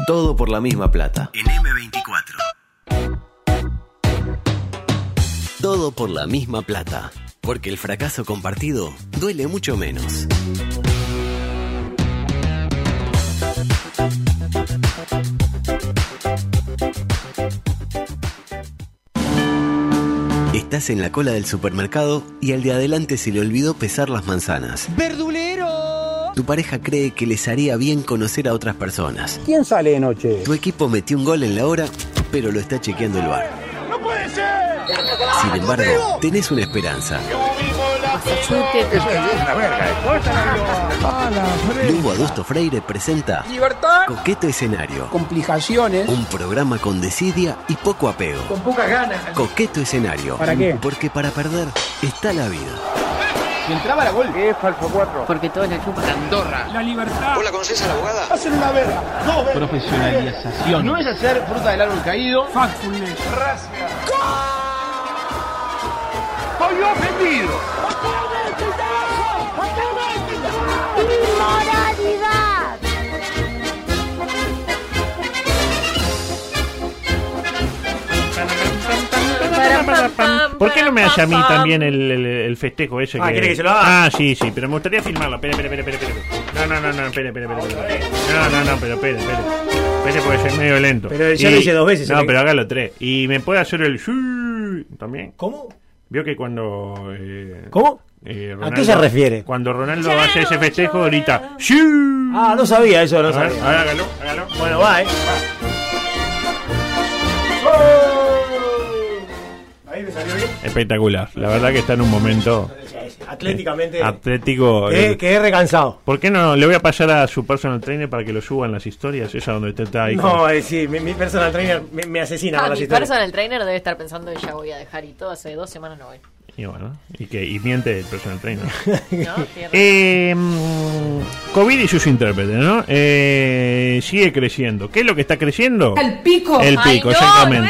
Todo por la misma plata. En M24. Todo por la misma plata. Porque el fracaso compartido duele mucho menos. Estás en la cola del supermercado y al de adelante se le olvidó pesar las manzanas. ¡Verdulero! Tu pareja cree que les haría bien conocer a otras personas. ¿Quién sale de noche? Tu equipo metió un gol en la hora, pero lo está chequeando el VAR. ¡No puede ser! Sin embargo, tenés una esperanza. Lugo Adusto Freire presenta ¡Libertad! Coqueto Escenario. Complicaciones. Un programa con desidia y poco apego. Con pocas ganas. Coqueto Escenario. ¿Para qué? Porque para perder está la vida. Si entraba la gol. ¿Qué es falso 4? Porque todos la chupan. Andorra. La libertad. ¿Vos la conocés a la abogada? Hacen una verga. No, Profesionalización. No es hacer fruta del árbol caído. Factfulness. Racia. ¡Estoy ofendido! ¡Inmoralidad! ¿Por qué no me hace a mí también el festejo ese? ¿Quiere que se lo haga? Ah, sí, pero me gustaría filmarlo. Espere. No, espere. No, pero espere. Espere porque es medio lento. Pero ya lo hice 2 veces. No, pero hágalo 3. Y me puede hacer el también. ¿Cómo? Vio que cuando... ¿Cómo? Ronaldo, ¿A qué se refiere? Cuando Ronaldo hace ese festejo, grita ¡Sí! Ah, no sabía eso, no sabía. A ver, hágalo. Bueno, va, Ahí me salió bien. Espectacular. La verdad que está en un momento... Atléticamente. Atlético. Quedé recansado. ¿Por qué no le voy a pasar a su personal trainer para que lo suba en las historias? Esa donde usted está ahí. No, sí, mi personal trainer me asesina con las Mi historias. personal trainer debe estar pensando que ya voy a dejar y todo. Hace 2 semanas no voy. Y bueno, y miente el personal trainer. ¿No? COVID y sus intérpretes, ¿no? Sigue creciendo. ¿Qué es lo que está creciendo? El pico. El pico, Ay, no, exactamente.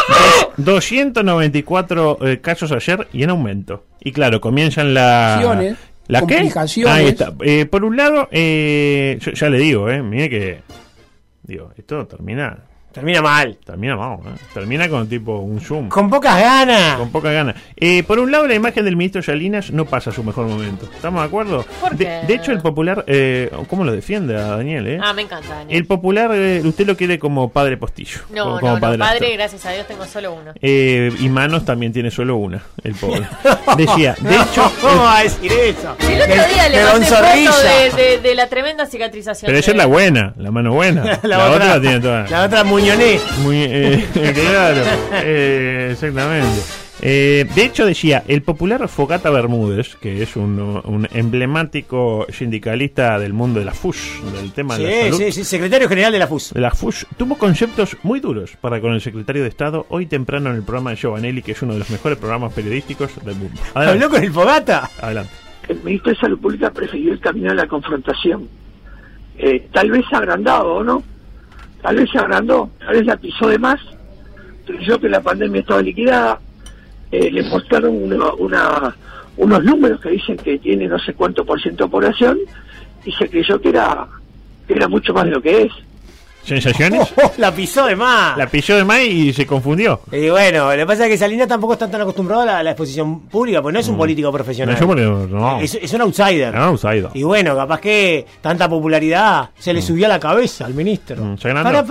294 casos ayer y en aumento. Y claro, comienzan ¿la qué? Complicaciones. Ahí está. Por un lado, yo ya le digo, mire que... esto termina mal. Termina con tipo un Zoom. Con pocas ganas. Con poca gana. Por un lado, la imagen del ministro Salinas no pasa su mejor momento. ¿Estamos de acuerdo? ¿Por qué? De hecho, el Popular... ¿cómo lo defiende a Daniel? Me encanta, Daniel. El Popular, usted lo quiere como padre postillo. No, como padre, gracias a Dios tengo solo uno. Y manos también tiene solo una, el pobre. Decía, de hecho... ¿Cómo va a decir eso? Si el otro día le mandé foto de la tremenda cicatrización. Pero esa es la buena, la mano buena. la otra la tiene toda. La otra muñoné. Claro, exactamente. De hecho decía, el popular Fogata Bermúdez, que es un emblemático sindicalista del mundo de la FUS, del tema de la salud. Sí, secretario general de la FUS. La FUS tuvo conceptos muy duros para con el secretario de Estado hoy temprano en el programa de Giovanelli, que es uno de los mejores programas periodísticos del mundo. ¿Habló con el Fogata? Adelante. El ministro de Salud Pública prefirió el camino de la confrontación. Tal vez agrandado, ¿o no? Tal vez se agrandó, tal vez la pisó de más, creyó que la pandemia estaba liquidada, le mostraron unos números que dicen que tiene no sé cuánto por ciento de población y se creyó que era mucho más de lo que es. ¿Sensaciones? La pisó de más. La pisó de más y se confundió. Y bueno, lo que pasa es que Salinas tampoco está tan acostumbrado a la exposición pública, pues no es un político profesional. No. Es un outsider. Un outsider. Y bueno, capaz que tanta popularidad se le subió a la cabeza al ministro. Para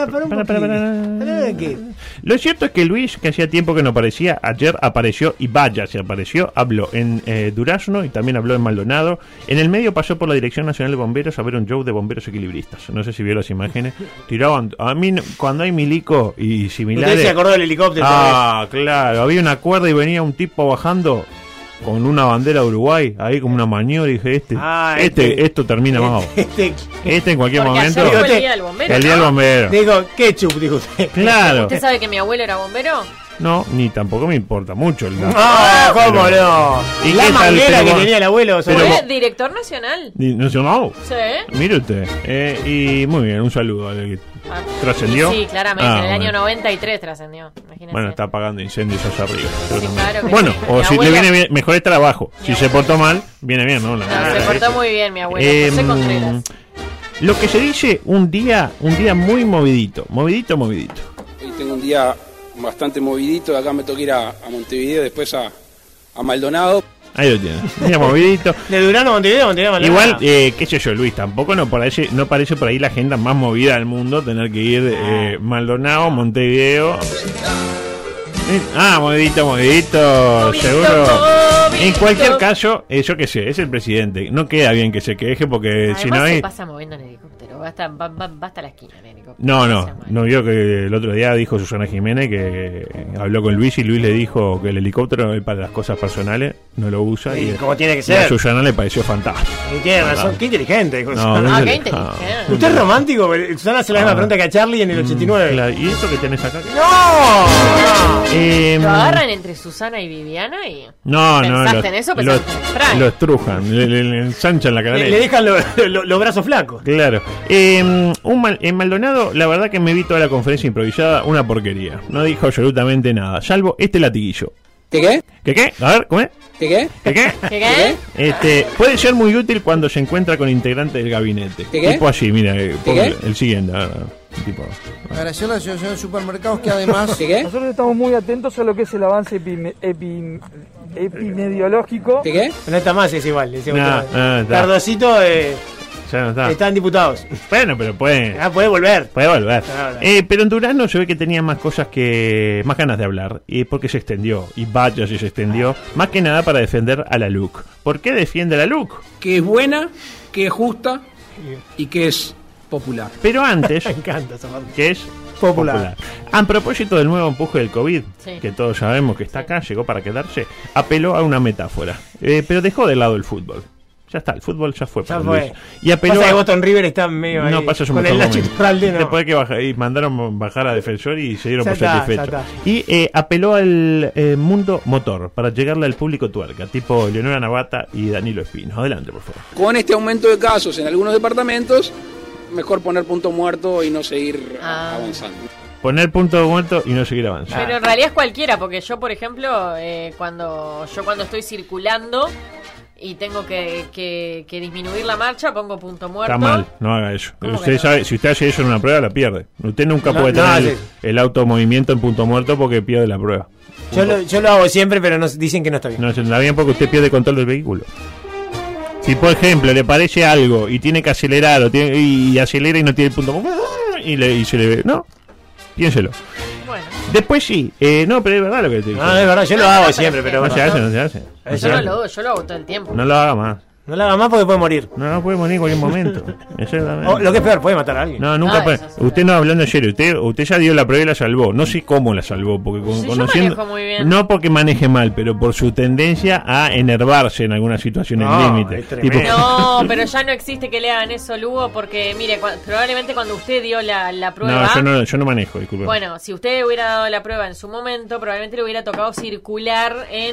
¿qué? Lo cierto es que Luis, que hacía tiempo que no aparecía, ayer apareció y vaya, se apareció. Habló en Durazno y también habló en Maldonado. En el medio pasó por la Dirección Nacional de Bomberos a ver un show de bomberos equilibristas. No sé si vio las imágenes. Tiraban, a mí cuando hay milico y similares. ¿Usted se acordó del helicóptero? Claro, había una cuerda y venía un tipo bajando con una bandera de Uruguay, ahí como una maniobra, y dije, esto termina más. Este en cualquier momento. Ayer fue el día del bombero. El día del bombero. Digo, ketchup, dijo usted. Claro. ¿Usted sabe que mi abuelo era bombero? No, ni tampoco me importa mucho el dato. ¿Cómo no? ¿Y la manguera que tenía el abuelo. Fue director nacional. ¿Nacional? Sí. Mire usted. Y muy bien, un saludo. ¿Trascendió? Sí, claramente. En el año 93 trascendió. Imagínese. Bueno, está apagando incendios allá arriba. Sí, claro que bueno, sí. o Mi si abuela... le viene bien, mejor el trabajo. Si se portó mal, viene bien, ¿no? Se portó muy bien mi abuelo. José Contreras. Lo que se dice un día muy movidito. Hoy tengo un día bastante movidito, de acá me toca ir a Montevideo, después a Maldonado. Ahí lo tienes, un día movidito. De Durano a Montevideo, Maldonado. Igual, qué sé yo, Luis, tampoco no parece por ahí la agenda más movida del mundo tener que ir Maldonado, Montevideo. Movidito, seguro. En cualquier caso, yo qué sé, es el presidente. No queda bien que se queje porque además si no hay... se pasa moviendo en helicóptero, va hasta la esquina en helicóptero. No vio que el otro día dijo Susana Jiménez que habló con Luis y Luis le dijo que el helicóptero es para las cosas personales, no lo usa. Y como tiene que A ser. Susana le pareció fantástico. Y tiene razón, qué inteligente. No, Qué inteligente. Usted es romántico, Susana hace la misma pregunta que a Charlie en el 89. Claro, ¿y esto que tenés acá? ¡No! Lo agarran entre Susana y Viviana y... No, ¿Pensaste en eso? ¿Pensaste en Fray? lo estrujan, le ensanchan la cara. Le dejan los brazos flacos. Claro. En Maldonado, la verdad que me vi toda la conferencia improvisada, una porquería. No dijo absolutamente nada, salvo este latiguillo. ¿Qué? ¿Qué? A ver, ¿cómo es? ¿Qué? ¿Qué? Puede ser muy útil cuando se encuentra con integrantes del gabinete. ¿Qué? Tipo así, mira, el siguiente. Tipo. Agradeciendo a la Asociación de Supermercados que además... ¿Qué? Nosotros estamos muy atentos a lo que es el avance epidemiológico. ¿Qué? No está más, es igual. Está. Cardosito Ya no está. están diputados. Bueno, pero puede volver. Puede volver. Claro. Pero en Durazno se ve que tenía más cosas más ganas de hablar. Porque se extendió. Y vaya si se extendió. Más que nada para defender a la LUC. ¿Por qué defiende a la LUC? Que es buena, que es justa y que es popular. Pero antes, Me encanta esa parte. que es Popular. A propósito del nuevo empuje del COVID, Sí. que todos sabemos que está acá, llegó para quedarse, apeló a una metáfora. Pero dejó de lado el fútbol. Ya está, el fútbol ya fue. Ya para fue. Luis. Y apeló Pasa que a... Boston River está medio ahí. No pasa su con mejor el Nacho momento. Iturralde, no. Después de que mandaron bajar a Defensor y se dieron Ya por está, satisfechos. ya está. Y apeló al mundo motor para llegarle al público tuerca, tipo Leonora Navata y Danilo Espino. Adelante, por favor. Con este aumento de casos en algunos departamentos, mejor poner punto muerto y no seguir avanzando. Poner punto muerto y no seguir avanzando. Pero en realidad es cualquiera, porque yo, por ejemplo, cuando estoy circulando y tengo que disminuir la marcha, pongo punto muerto. Está mal, no haga eso. ¿Cómo Usted que no? sabe, si usted hace eso en una prueba, la pierde. Usted nunca No, puede no tener hace. el automovimiento en punto muerto porque pierde la prueba. Yo lo hago siempre, pero dicen que no está bien. No está bien porque usted pierde control del vehículo. Si, por ejemplo, le parece algo y tiene que acelerar y acelera y no tiene el punto y se le ve. No, piénselo. Bueno, Después sí, no, pero es verdad lo que te digo. No, es verdad, yo lo hago siempre, pero No bueno. se hace, no se hace. yo lo hago todo el tiempo. No lo haga más. No lo haga más porque puede morir. No puede morir en cualquier momento. Exactamente. O lo que es peor, puede matar a alguien. No, nunca puede. eso sí. Usted no, hablando en serio, usted ya dio la prueba y la salvó. No sé cómo la salvó, porque Sí, yo conociendo, manejo muy bien. no porque maneje mal, pero por su tendencia a enervarse en algunas situaciones No, límite. es tremendo. No, pero ya no existe que le hagan eso, Lugo, porque mire, probablemente cuando usted dio la prueba... yo no manejo, disculpe. Bueno, si usted hubiera dado la prueba en su momento, probablemente le hubiera tocado circular en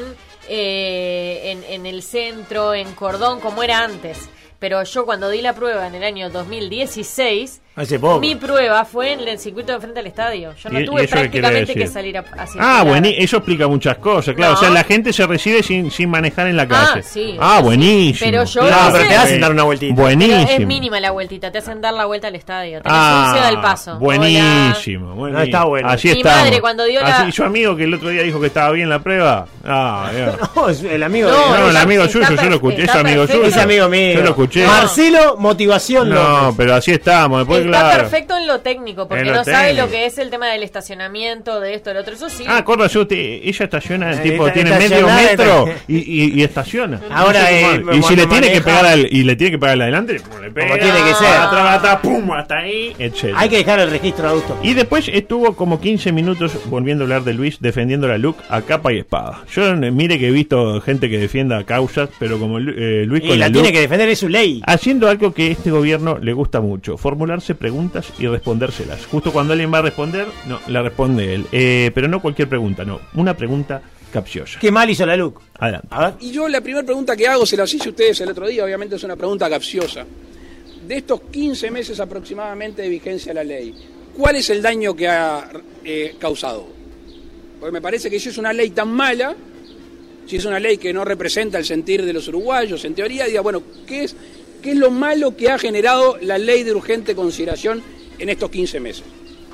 el centro, en Cordón, como era antes. Pero yo cuando di la prueba en el año 2016, Hace poco. mi prueba fue en el circuito de frente al estadio. Yo no ¿Y tuve eso qué quiere prácticamente que decir? salir a circular. Ah, bueno, eso explica muchas cosas, claro. No. O sea, la gente se recibe sin manejar en la calle. Sí, Ah, sí. buenísimo. Pero yo No, pero hice- te hacen dar una vueltita. Pero Buenísimo. es mínima la vueltita, te hacen dar la vuelta al estadio. Tenés un ciudad del paso. Buenísimo, Hola. buenísimo. No, está bueno. Así Mi estamos. madre cuando dio la- Así, su amigo que el otro día dijo que estaba bien la prueba. Ah, Dios. No, es el amigo No, No, el está- amigo está suyo, yo lo escuché, es está amigo perfecto. suyo. Ese amigo mío. Yo lo escuché. Marcelo, motivación. No, López. pero así estamos. Después, Está claro. perfecto en lo técnico, porque En lo no sabe técnico. lo que es el tema del estacionamiento, de esto, del otro. Eso sí. Ah, acuérdate usted, ella estaciona, tipo, Está- tiene medio estacionada, metro está- y estaciona. Ahora, No sé cómo es. y si le tiene que maneja. pegar y le tiene que pegar al adelante, pues le pega. tiene que ser. Atrás, pum, hasta ahí, etc. Hay que dejar el registro adulto. Y después estuvo como 15 minutos volviendo a hablar de Luis, defendiendo la LUC a capa y espada. Yo mire que he visto gente que defienda causas, pero como Luis Y con la la tiene LUC, que defender, es su ley. haciendo algo que a este gobierno le gusta mucho, formularse preguntas y respondérselas. Justo cuando alguien va a responder, no, la responde él. Pero no cualquier pregunta, no, una pregunta capciosa. Qué mal hizo la LUC. Adelante. A ver. Y yo la primera pregunta que hago, se las hice a ustedes el otro día, obviamente es una pregunta capciosa. De estos 15 meses aproximadamente de vigencia de la ley, ¿cuál es el daño que ha causado? Porque me parece que si es una ley tan mala, si es una ley que no representa el sentir de los uruguayos, en teoría, diga, bueno, ¿qué es ¿Qué es lo malo que ha generado la ley de urgente consideración en estos 15 meses?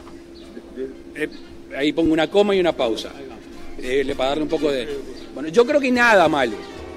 Ahí pongo una coma y una pausa. Para darle un poco de... Bueno, yo creo que nada malo.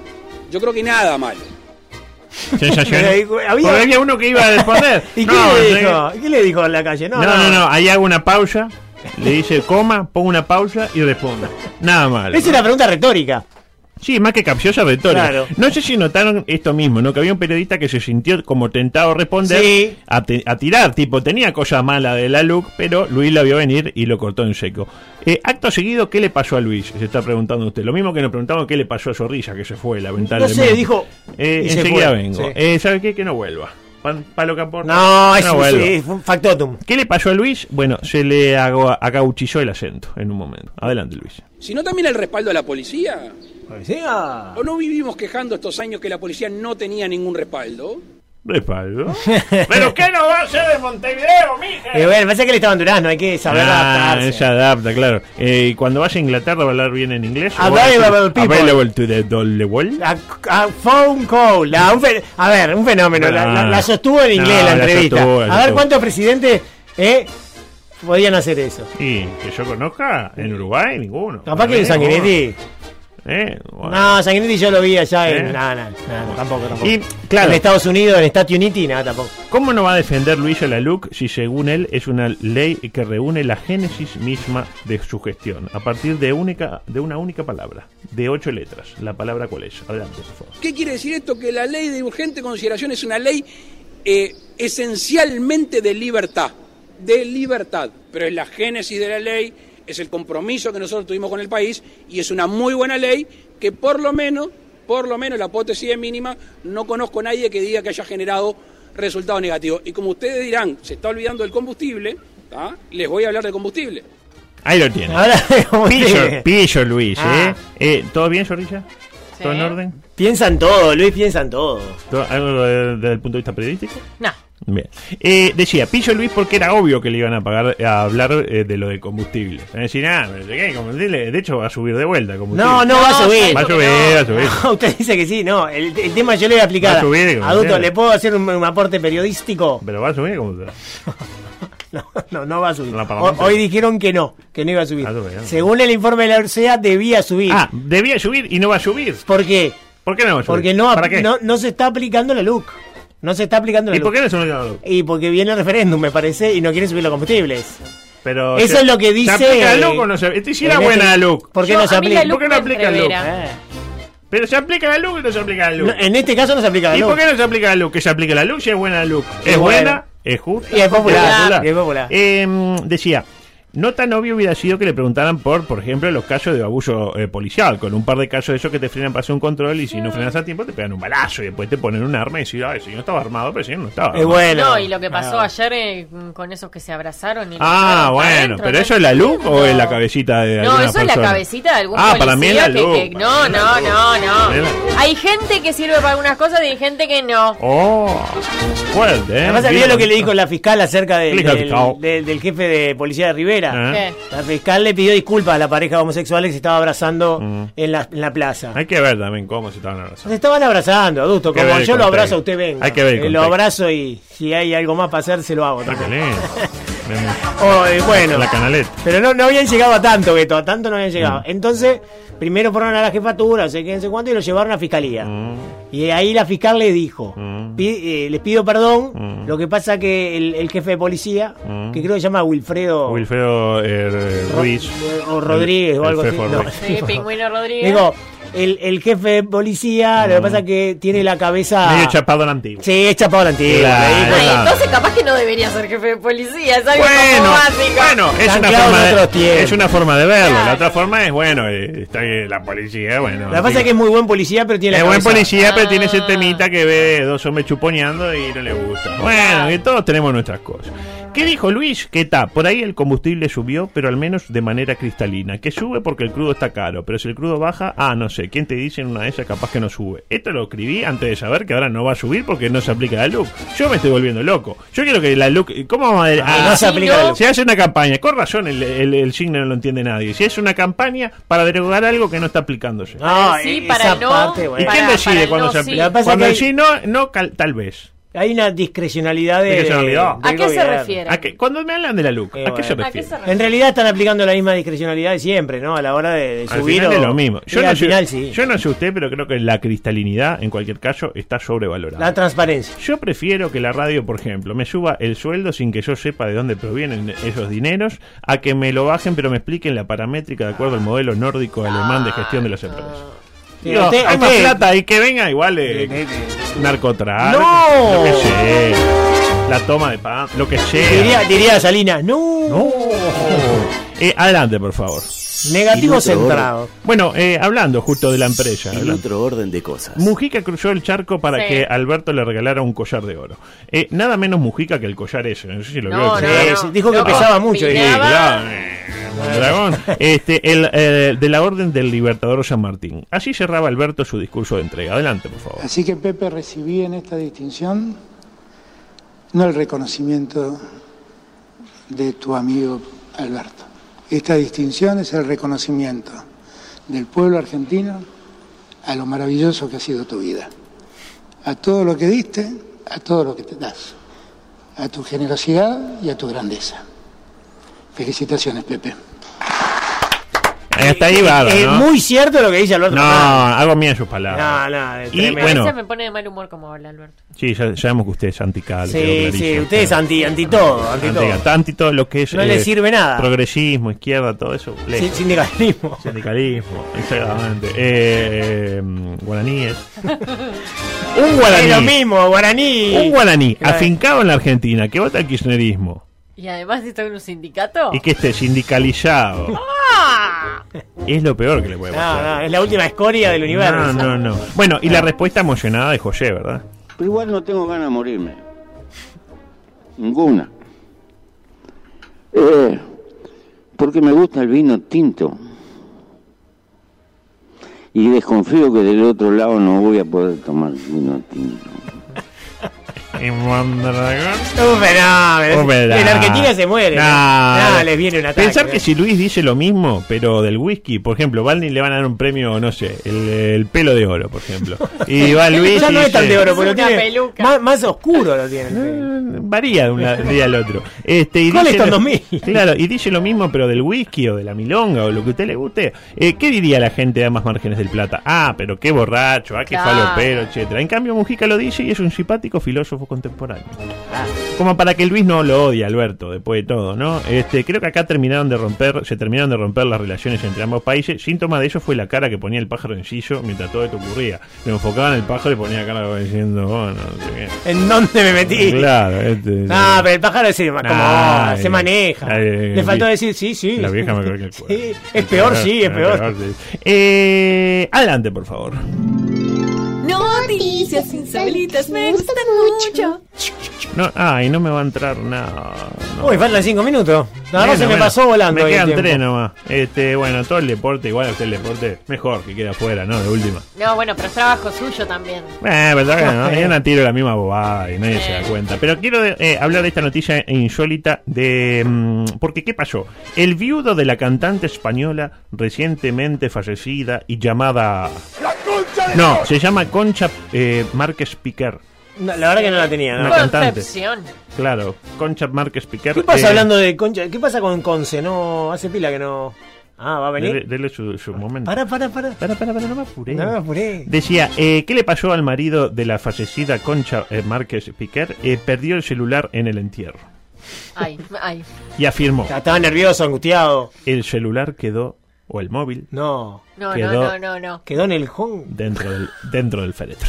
Sensaciones. Había uno que iba a responder. ¿Y qué le dijo en la calle? No, ahí hago una pausa, le dice coma, pongo una pausa y responda. Nada malo. Esa es una pregunta retórica. Sí, más que capciosa retórica. Claro. No sé si notaron esto mismo, ¿no? Que había un periodista que se sintió como tentado a responder, sí, a tirar, tipo, tenía cosas malas de la LUC, pero Luis la vio venir y lo cortó en seco. Acto seguido, ¿qué le pasó a Luis? Se está preguntando usted. Lo mismo que nos preguntamos qué le pasó a Zorrilla, que se fue, lamentablemente. No sé, dijo... enseguida vengo. Sí. ¿Sabe qué? Que no vuelva. Para lo que aporta. No, sí, fue un factotum. ¿Qué le pasó a Luis? Bueno, se le agauchilló el acento en un momento. Adelante, Luis. Sino también el respaldo a la policía. ¿Policía? ¿O no vivimos quejando estos años que la policía no tenía ningún respaldo? ¿Respaldo? ¿Pero qué no va a ser de Montevideo, mija? Bueno, parece que le estaban Durazno, hay que saber adaptarse. Se adapta, claro. Y cuando vaya a Inglaterra, ¿va a hablar bien en inglés? Available to the world. A phone call. Un fenómeno. La sostuvo en inglés la entrevista. A ver cuántos presidentes podían hacer eso. Y que yo conozca, en Uruguay, ninguno. Capaz que en Sanguinetti. Bueno. No, Sanguinetti yo lo vi allá en... No, tampoco. Y, claro, en Estados Unidos, en Statue Unity, nada, tampoco. ¿Cómo no va a defender Luis a la LUC si según él es una ley que reúne la génesis misma de su gestión, a partir de una única palabra, de 8 letras? ¿La palabra cuál es? Adelante, por favor. ¿Qué quiere decir esto? Que la ley de urgente consideración es una ley esencialmente de libertad, pero es la génesis de la ley, es el compromiso que nosotros tuvimos con el país y es una muy buena ley que por lo menos la hipótesis es mínima, no conozco a nadie que diga que haya generado resultados negativos. Y como ustedes dirán, se está olvidando del combustible, les voy a hablar de combustible. Ahí lo tiene. Pillo Luis, ¿todo bien, Zorrilla? ¿Todo en orden? Piensan todo, Luis, piensan todo. ¿Algo desde el punto de vista periodístico? No. Bien. Decía, pillo Luis porque era obvio que le iban a hablar de lo del combustible. Es decir, ¿qué combustible? De hecho va a subir de vuelta el combustible. No va a subir. Va a subir. No, usted dice que sí, no. El tema yo le voy a aplicar. Va a subir. Adulto, ¿le puedo hacer un aporte periodístico? Pero va a subir el combustible. No va a subir. Hoy dijeron que no iba a subir. Según el informe de la ORCEA, debía subir. Debía subir y no va a subir. ¿Por qué? ¿Por qué no va a subir? Porque ¿Para qué? no se está aplicando la LUC. No se está aplicando la LUC. ¿Y por qué no se está aplicando la LUC? Y porque viene el referéndum, me parece, y no quieren subir los combustibles. Pero eso es lo que dice. ¿Se aplica la LUC o no se aplica? Si era buena la LUC. ¿Por qué no se aplica? ¿Por qué no aplica la LUC? Pero se aplica la LUC y no se aplica la LUC. En este caso no se aplica la LUC. ¿Y por qué no se aplica la LUC? Que se aplique la LUC si es buena la LUC. Es buena, es justa y es popular. Decía, no tan obvio hubiera sido que le preguntaran por ejemplo, los casos de abuso policial, con un par de casos de esos que te frenan para hacer un control y si no frenas a tiempo te pegan un balazo y después te ponen un arma y decís, el señor estaba armado, pero el señor no estaba armado. Bueno. No, y lo que pasó ayer con esos que se abrazaron y bueno, adentro, pero ¿eso es la LUC o es la cabecita de alguna persona? No, eso es la cabecita de algún policía. Para mí es la LUC. No. Hay gente que sirve para algunas cosas y hay gente que no. Fuerte, Además, ¿vio lo que le dijo la fiscal acerca del jefe de policía de Rivera? ¿Qué? La fiscal le pidió disculpas a la pareja homosexual que se estaba abrazando en la plaza. Hay que ver también cómo se estaban abrazando. Se estaban abrazando, adulto. Como yo lo abrazo a usted, venga. Hay que ver. Lo abrazo y si hay algo más para hacer, se lo hago. Bueno, la canaleta. Pero no habían llegado a tanto, Beto. A tanto no habían llegado. Entonces, primero fueron a la jefatura, no sé cuánto, y lo llevaron a fiscalía. Y ahí la fiscal le dijo: les pido perdón. Lo que pasa que el jefe de policía, que creo que se llama Wilfredo Ruiz o Rodríguez o algo así. Sí, Pingüino Rodríguez. Digo, el jefe de policía, lo que pasa es que tiene la cabeza medio chapado a la antigua. Sí, es chapado a la antigua. Claro. Entonces capaz que no debería ser jefe de policía, es algo como básico. Bueno, es una forma de verlo. Claro. La otra forma es, está la policía, Lo que pasa es que es muy buen policía, pero tiene la cabeza. Es buen policía, pero tiene ese temita que ve dos hombres chuponeando y no le gusta. Bueno, que todos tenemos nuestras cosas. ¿Qué dijo Luis? Que está, por ahí el combustible subió, pero al menos de manera cristalina. Que sube porque el crudo está caro, pero si el crudo baja, no sé, ¿quién te dice en una de esas capaz que no sube? Esto lo escribí antes de saber que ahora no va a subir porque no se aplica la LUC. Yo me estoy volviendo loco. Yo quiero que la LUC... ¿Cómo vamos a no se aplica la LUC? Se hace una campaña, con razón el signo no lo entiende nadie. Si es una campaña para derogar algo que no está aplicándose. No, sí, para no... parte, ¿Y quién decide cuando se aplica? Cuando el sí tal vez. Hay una discrecionalidad ¿A qué se refiere? Cuando me hablan de la LUC, ¿a qué se refiere? En realidad están aplicando la misma discrecionalidad de siempre, ¿no? A la hora de subir. Al final es lo mismo. Yo no sé usted, pero creo que la cristalinidad, en cualquier caso, está sobrevalorada. La transparencia. Yo prefiero que la radio, por ejemplo, me suba el sueldo sin que yo sepa de dónde provienen esos dineros, a que me lo bajen, pero me expliquen la paramétrica de acuerdo al modelo nórdico alemán de gestión de las empresas. Digo, hay más plata y que venga igual narcotráfico, lo que sé, la toma de pan, lo que sea. Diría Salinas, no. Adelante, por favor. Negativo centrado. Bueno, hablando justo de la empresa. En otro orden de cosas. Mujica cruzó el charco para que Alberto le regalara un collar de oro. Nada menos Mujica que el collar ese. No sé si lo vio. Dijo que pesaba mucho. Dragón. De la Orden del Libertador San Martín. Así cerraba Alberto su discurso de entrega. Adelante, por favor. Así que, Pepe, recibí en esta distinción no el reconocimiento de tu amigo Alberto. Esta distinción es el reconocimiento del pueblo argentino a lo maravilloso que ha sido tu vida, a todo lo que diste, a todo lo que te das, a tu generosidad y a tu grandeza. Felicitaciones, Pepe. Hasta ahí va, ¿no? Muy cierto lo que dice Alberto. No, hago mía sus palabras. Y bueno, a veces me pone de mal humor como habla Alberto. Sí, ya sabemos que usted es antical. Sí, usted es anti todo. Anti todo lo que es. No le sirve nada. Progresismo, izquierda, todo eso. Sindicalismo, exactamente. Guaraníes. Un guaraní. Es lo mismo, guaraní. Un guaraní afincado en la Argentina que vota el kirchnerismo. Y además está en un sindicato. Y que esté sindicalizado. Es lo peor que le puede pasar. No, es la última escoria del universo. No. Bueno, y la respuesta emocionada de José, ¿verdad? Pero igual no tengo ganas de morirme. Ninguna. Porque me gusta el vino tinto. Y desconfío que del otro lado no voy a poder tomar vino tinto. En Mondragón. En Argentina se muere. Les viene un ataque. Pensar que si Luis dice lo mismo, pero del whisky, por ejemplo, Balni le van a dar un premio, no sé, el pelo de oro, por ejemplo. Y va Luis. Ya no es tan de oro, pero tiene más oscuro lo tiene. Varía de un día al otro. ¿Cuál es 2000? Claro, y dice lo mismo, pero del whisky o de la milonga o lo que a usted le guste. ¿Qué diría la gente de ambas márgenes del Plata? Pero qué borracho, qué falopero, etcétera. En cambio, Mujica lo dice y es un simpático filósofo contemporáneo. Como para que Luis no lo odie, Alberto, después de todo, ¿no? Creo que acá se terminaron de romper las relaciones entre ambos países. Síntoma de eso fue la cara que ponía el pájaro Enciso mientras todo esto ocurría. Le enfocaban el pájaro y ponía cara como diciendo, no sé qué. ¿En dónde me metí? Claro, pero el pájaro se maneja. Le faltó decir sí. La vieja me creo que el cuerpo. Sí, es peor. Adelante, por favor. Noticias insólitas me gustan mucho. No me va a entrar nada. Uy, faltan 5 minutos. Se me pasó volando. Me quedan 3 nomás. Bueno, todo el deporte, igual a usted el deporte, mejor que quede afuera, ¿no? De última. No, bueno, pero es trabajo suyo también. Verdad que no. Yo no tiro la misma bobada y nadie se da cuenta. Pero quiero hablar de esta noticia insólita porque ¿qué pasó? El viudo de la cantante española recientemente fallecida y llamada... se llama Concha Márquez Piquer. No, la verdad que no la tenía. Una cantante. Claro, Concha Márquez Piquer. ¿Qué pasa hablando de Concha? ¿Qué pasa con Conce? No, hace pila que no... va a venir. Dele su momento. Para, no me apuré. Decía, ¿qué le pasó al marido de la fallecida Concha Márquez Piquer? Perdió el celular en el entierro. Ay. Y afirmó. Estaba nervioso, angustiado. El celular quedó, o el móvil. No. Quedó en el home. Dentro del féretro.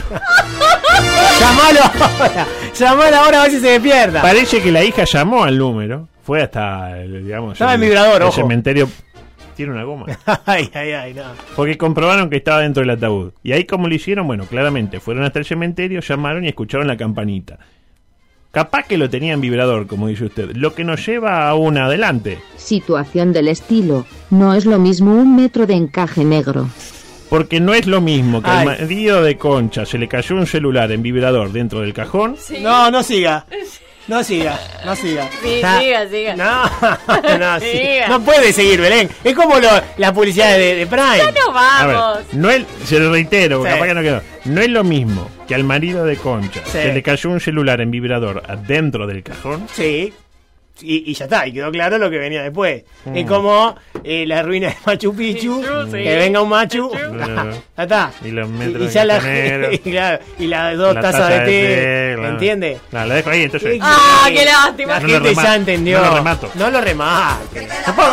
Llamalo ahora a ver si se despierta. Parece que la hija llamó al número. Fue hasta, estaba en vibrador, el ojo. Cementerio. Tiene una goma. Ay, no. Porque comprobaron que estaba dentro del ataúd. Y ahí, como lo hicieron, bueno, claramente fueron hasta el cementerio, llamaron y escucharon la campanita. Capaz que lo tenía en vibrador, como dice usted. Lo que nos lleva a un adelante. Situación del estilo. No es lo mismo un metro de encaje negro. Porque no es lo mismo que al marido de Concha se le cayó un celular en vibrador dentro del cajón. Sí. No siga. No siga. Sí, siga. No, siga. No puede seguir, Belén. Es como la publicidad de Prime. Ya no vamos. A ver, se lo reitero, porque capaz que no quedó. No es lo mismo que al marido de Concha se le cayó un celular en vibrador dentro del cajón. Sí. Y ya está, y quedó claro lo que venía después. Es como la ruina de Machu Picchu, que venga un Machu, ya está. Y los metros y las dos tazas de té, ¿me entiendes? La dejo ahí, entonces. ¡Qué lástima! La gente ya entendió. No lo remato. No lo remate.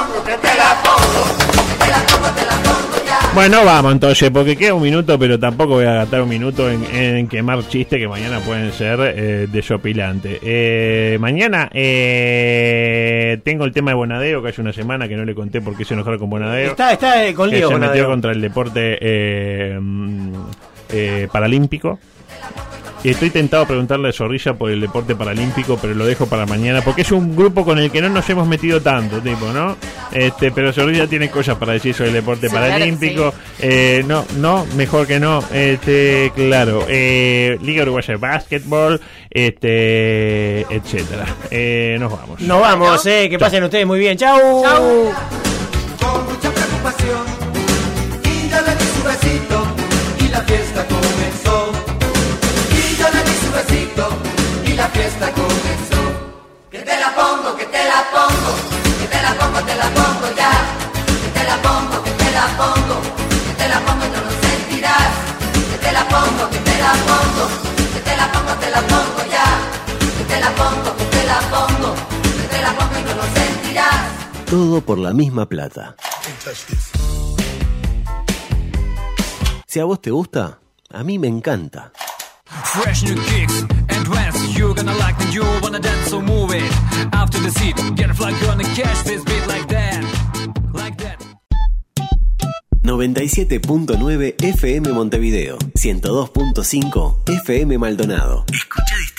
Bueno, vamos entonces, porque queda un minuto, pero tampoco voy a gastar un minuto en quemar chistes que mañana pueden ser desopilantes. Mañana tengo el tema de Bonadeo, que hace una semana que no le conté por qué se enojaron con Bonadeo. Está con lío, se Bonadeo. metió contra el deporte paralímpico. Estoy tentado a preguntarle a Zorrilla por el deporte paralímpico, pero lo dejo para mañana, porque es un grupo con el que no nos hemos metido tanto, ¿no? Pero Zorrilla tiene cosas para decir sobre el deporte paralímpico. Claro, no, mejor que no. Claro, Liga Uruguaya de Básquetbol, etcétera. Nos vamos. Nos vamos, que pasen ustedes muy bien. ¡Chau! Con mucha preocupación, y yo le di su besito, y la fiesta comenzó. Y la fiesta comenzó. Que te la pongo, que te la pongo, que te la pongo ya. Que te la pongo, que te la pongo, que te la pongo y no lo sentirás. Que te la pongo, que te la pongo, que te la pongo ya. Que te la pongo, que te la pongo, que te la pongo y no lo sentirás. Todo por la misma plata. Si a vos te gusta, a mí me encanta. Fresh new kicks and dance, you're gonna like it, you wanna dance, so move it. After the seat, get a flag, gonna catch this beat like that, like that. 97.9 FM Montevideo, 102.5 FM Maldonado. Escucha